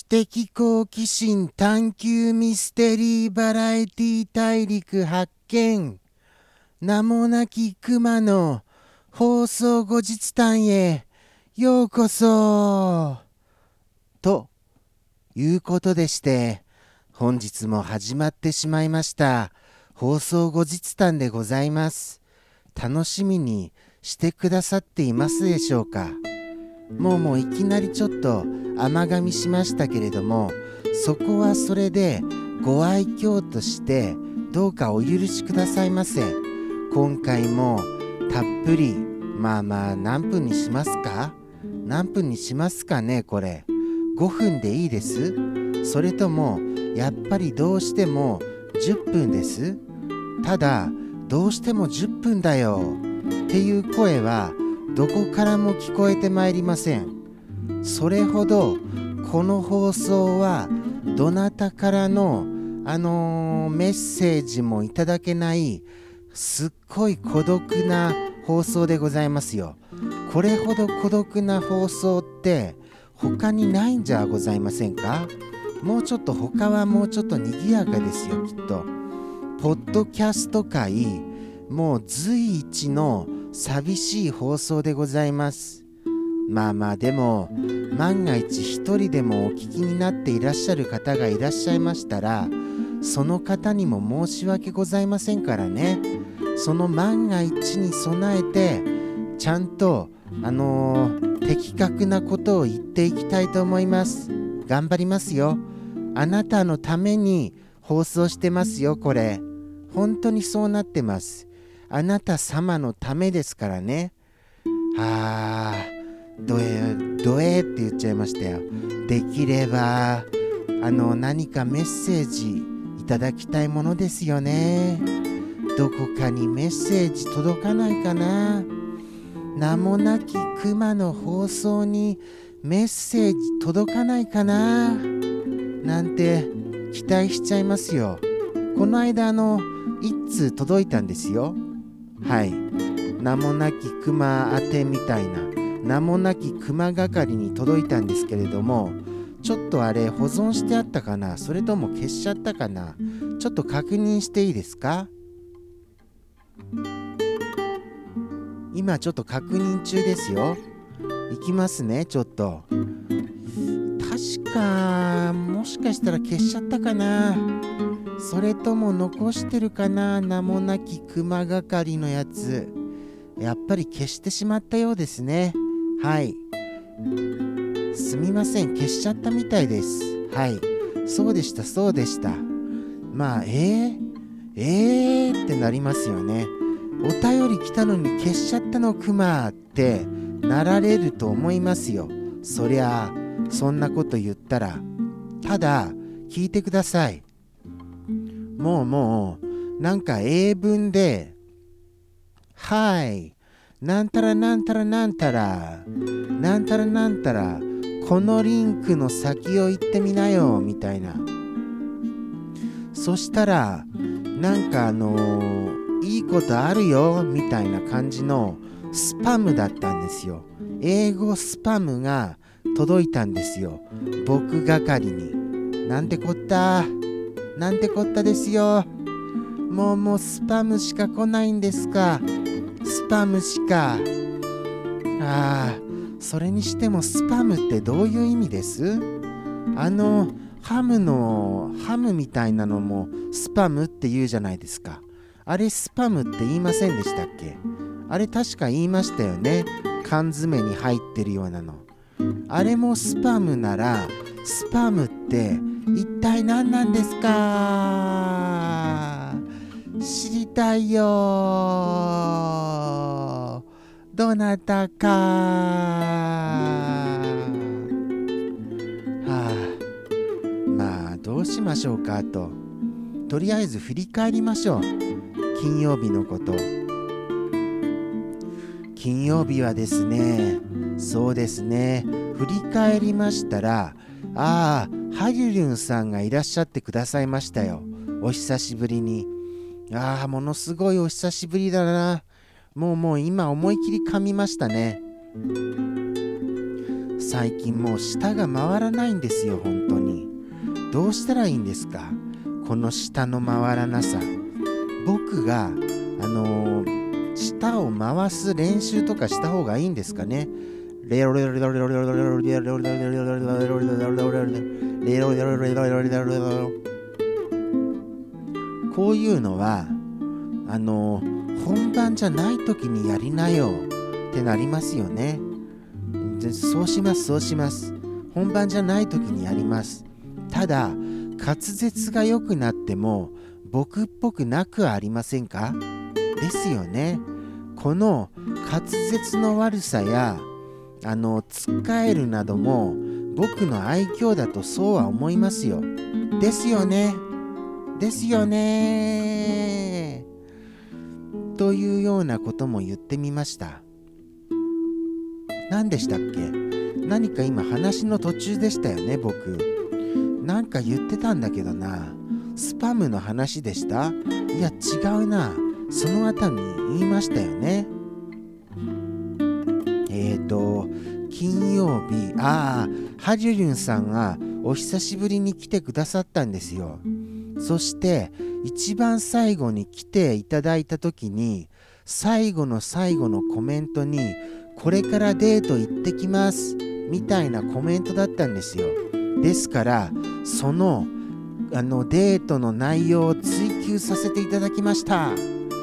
的好奇心探求ミステリーバラエティ大陸発見。名もなき熊の放送後日談へようこそ。ということでして、本日も始まってしまいました放送後日談でございます。楽しみにしてくださっていますでしょうか。もういきなりちょっと甘噛みしましたけれども、そこはそれでご愛嬌としてどうかお許しくださいませ。今回もたっぷり何分にしますか？何分にしますかね。これ5分でいいです？それともやっぱりどうしても10分です？ただどうしても10分だよっていう声はどこからも聞こえてまいりません。それほどこの放送はどなたからのメッセージもいただけないすっごい孤独な放送でございますよ。これほど孤独な放送って他にないんじゃございませんか？もうちょっと他はもうちょっと賑やかですよ、きっと。ポッドキャスト界もう随一の寂しい放送でございます。でも万が一一人でもお聞きになっていらっしゃる方がいらっしゃいましたら、その方にも申し訳ございませんからね。その万が一に備えてちゃんと的確なことを言っていきたいと思います。頑張りますよ。あなたのために放送してますよ。これ本当にそうなってます。あなた様のためですからね。ドエって言っちゃいましたよ。できれば何かメッセージいただきたいものですよね。どこかにメッセージ届かないかな。名もなき熊の放送にメッセージ届かないかななんて期待しちゃいますよ。この間一通届いたんですよ。はい、名もなき熊宛てみたいな、名もなき熊係に届いたんですけれども、ちょっとあれ保存してあったかな、それとも消しちゃったかな、ちょっと確認していいですか？今ちょっと確認中ですよ。いきますね。ちょっと確かもしかしたら消しちゃったかな、それとも残してるかな。名もなき熊係のやつ、やっぱり消してしまったようですね。はい、すみません、消しちゃったみたいです。はい、そうでしたってなりますよね。お便り来たのに消しちゃったのクマってなられると思いますよ。そりゃそんなこと言ったら。ただ聞いてください。もうなんか英文ではいなんたらなんたらなんたらなんたらなんたらこのリンクの先を行ってみなよみたいな。そしたらなんかいいことあるよみたいな感じのスパムだったんですよ。英語スパムが届いたんですよ、僕係に。なんてこったですよ。もうスパムしか来ないんですか。スパムしか。それにしてもスパムってどういう意味です？ハムみたいなのもスパムって言うじゃないですか。あれスパムって言いませんでしたっけ？あれ確か言いましたよね。缶詰に入ってるようなの。あれもスパムなら、スパムって一体何なんですか？知りたいよ。どなたか。どうしましょうかとりあえず振り返りましょう。金曜日のこと。金曜日はですね、そうですね、振り返りましたら、ハリルンさんがいらっしゃってくださいましたよ。お久しぶりに。ものすごいお久しぶりだな。もう今思い切り噛みましたね。 最近もう舌が回らないんですよ。本当にどうしたらいいんですか、この舌の回らなさ。僕が舌を回す練習とかした方がいいんですかね。こういうのは本番じゃない時にやりなよってなりますよね。そうします。本番じゃない時にやります。ただ滑舌が良くなっても僕っぽくなくはありませんかですよね。この滑舌の悪さやつっかえるなども僕の愛嬌だとそうは思いますよ。ですよねというようなことも言ってみました。何でしたっけ。何か今話の途中でしたよね。僕なんか言ってたんだけどな。スパムの話でした。いや違うな。その後に言いましたよね。金曜日ハリュリュンさんがお久しぶりに来てくださったんですよ。そして一番最後に来ていただいた時に最後のコメントにこれからデート行ってきますみたいなコメントだったんですよ。ですからそのデートの内容を追求させていただきました。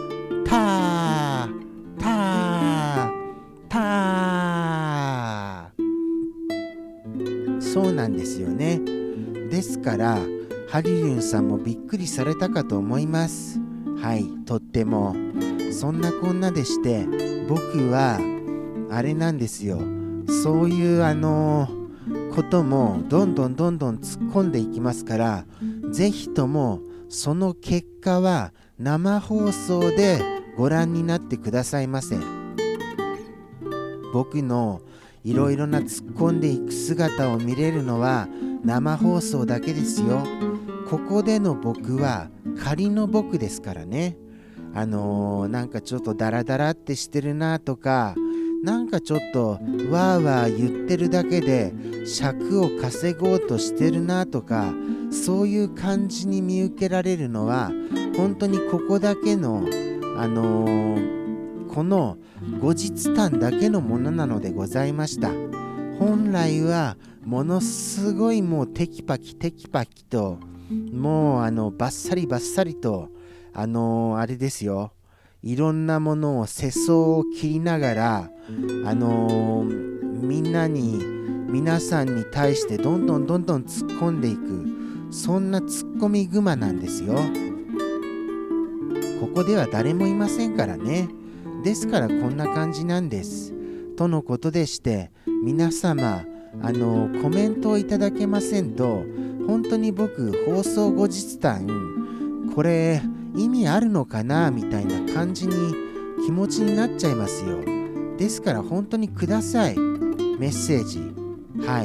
そうなんですよね。ですからハリリュンさんもびっくりされたかと思います。はい、とっても。そんなこんなでして僕はあれなんですよ。そういうこともどんどん突っ込んでいきますから、ぜひともその結果は生放送でご覧になってくださいませ。僕のいろいろな突っ込んでいく姿を見れるのは生放送だけですよ。ここでの僕は仮の僕ですからね。なんかちょっとダラダラってしてるなとか、なんかちょっとわーわー言ってるだけで尺を稼ごうとしてるなとか、そういう感じに見受けられるのは本当にここだけのこの後日談だけのものなのでございました。本来はものすごいもうテキパキともうバッサリとあれですよ、いろんなものを世相を切りながら皆さんに対してどんどん突っ込んでいく、そんなツッコミグマなんですよ。ここでは誰もいませんからね。ですからこんな感じなんですとのことでして、皆様コメントをいただけませんと本当に僕放送後日談これ意味あるのかなみたいな感じに気持ちになっちゃいますよ。ですから本当にください、メッセージ。はい、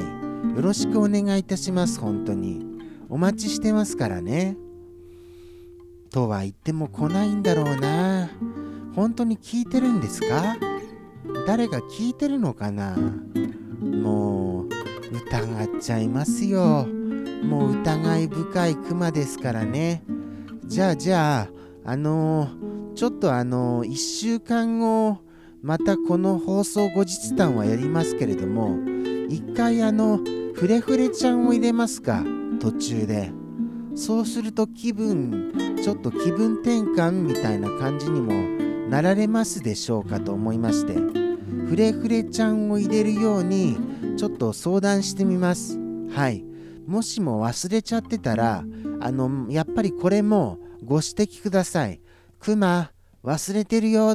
よろしくお願いいたします。本当にお待ちしてますからね。とは言っても来ないんだろうな。本当に聞いてるんですか？誰が聞いてるのかな。もう疑っちゃいますよ。もう疑い深いクマですからね。じゃあちょっと1週間後またこの放送後日談はやりますけれども、一回フレフレちゃんを入れますか、途中で。そうするとちょっと気分転換みたいな感じにもなられますでしょうかと思いまして、フレフレちゃんを入れるようにちょっと相談してみます。はい、もしも忘れちゃってたらやっぱりこれもご指摘ください。クマ忘れてるよって。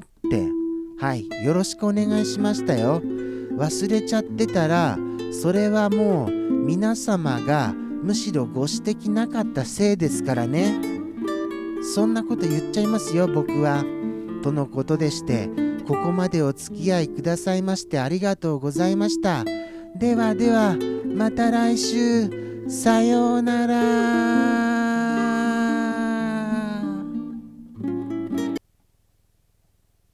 はい、よろしくお願いしましたよ。忘れちゃってたらそれはもう皆様がむしろご指摘なかったせいですからね。そんなこと言っちゃいますよ僕は。とのことでして、ここまでお付き合いくださいましてありがとうございました。ではまた来週、さようなら。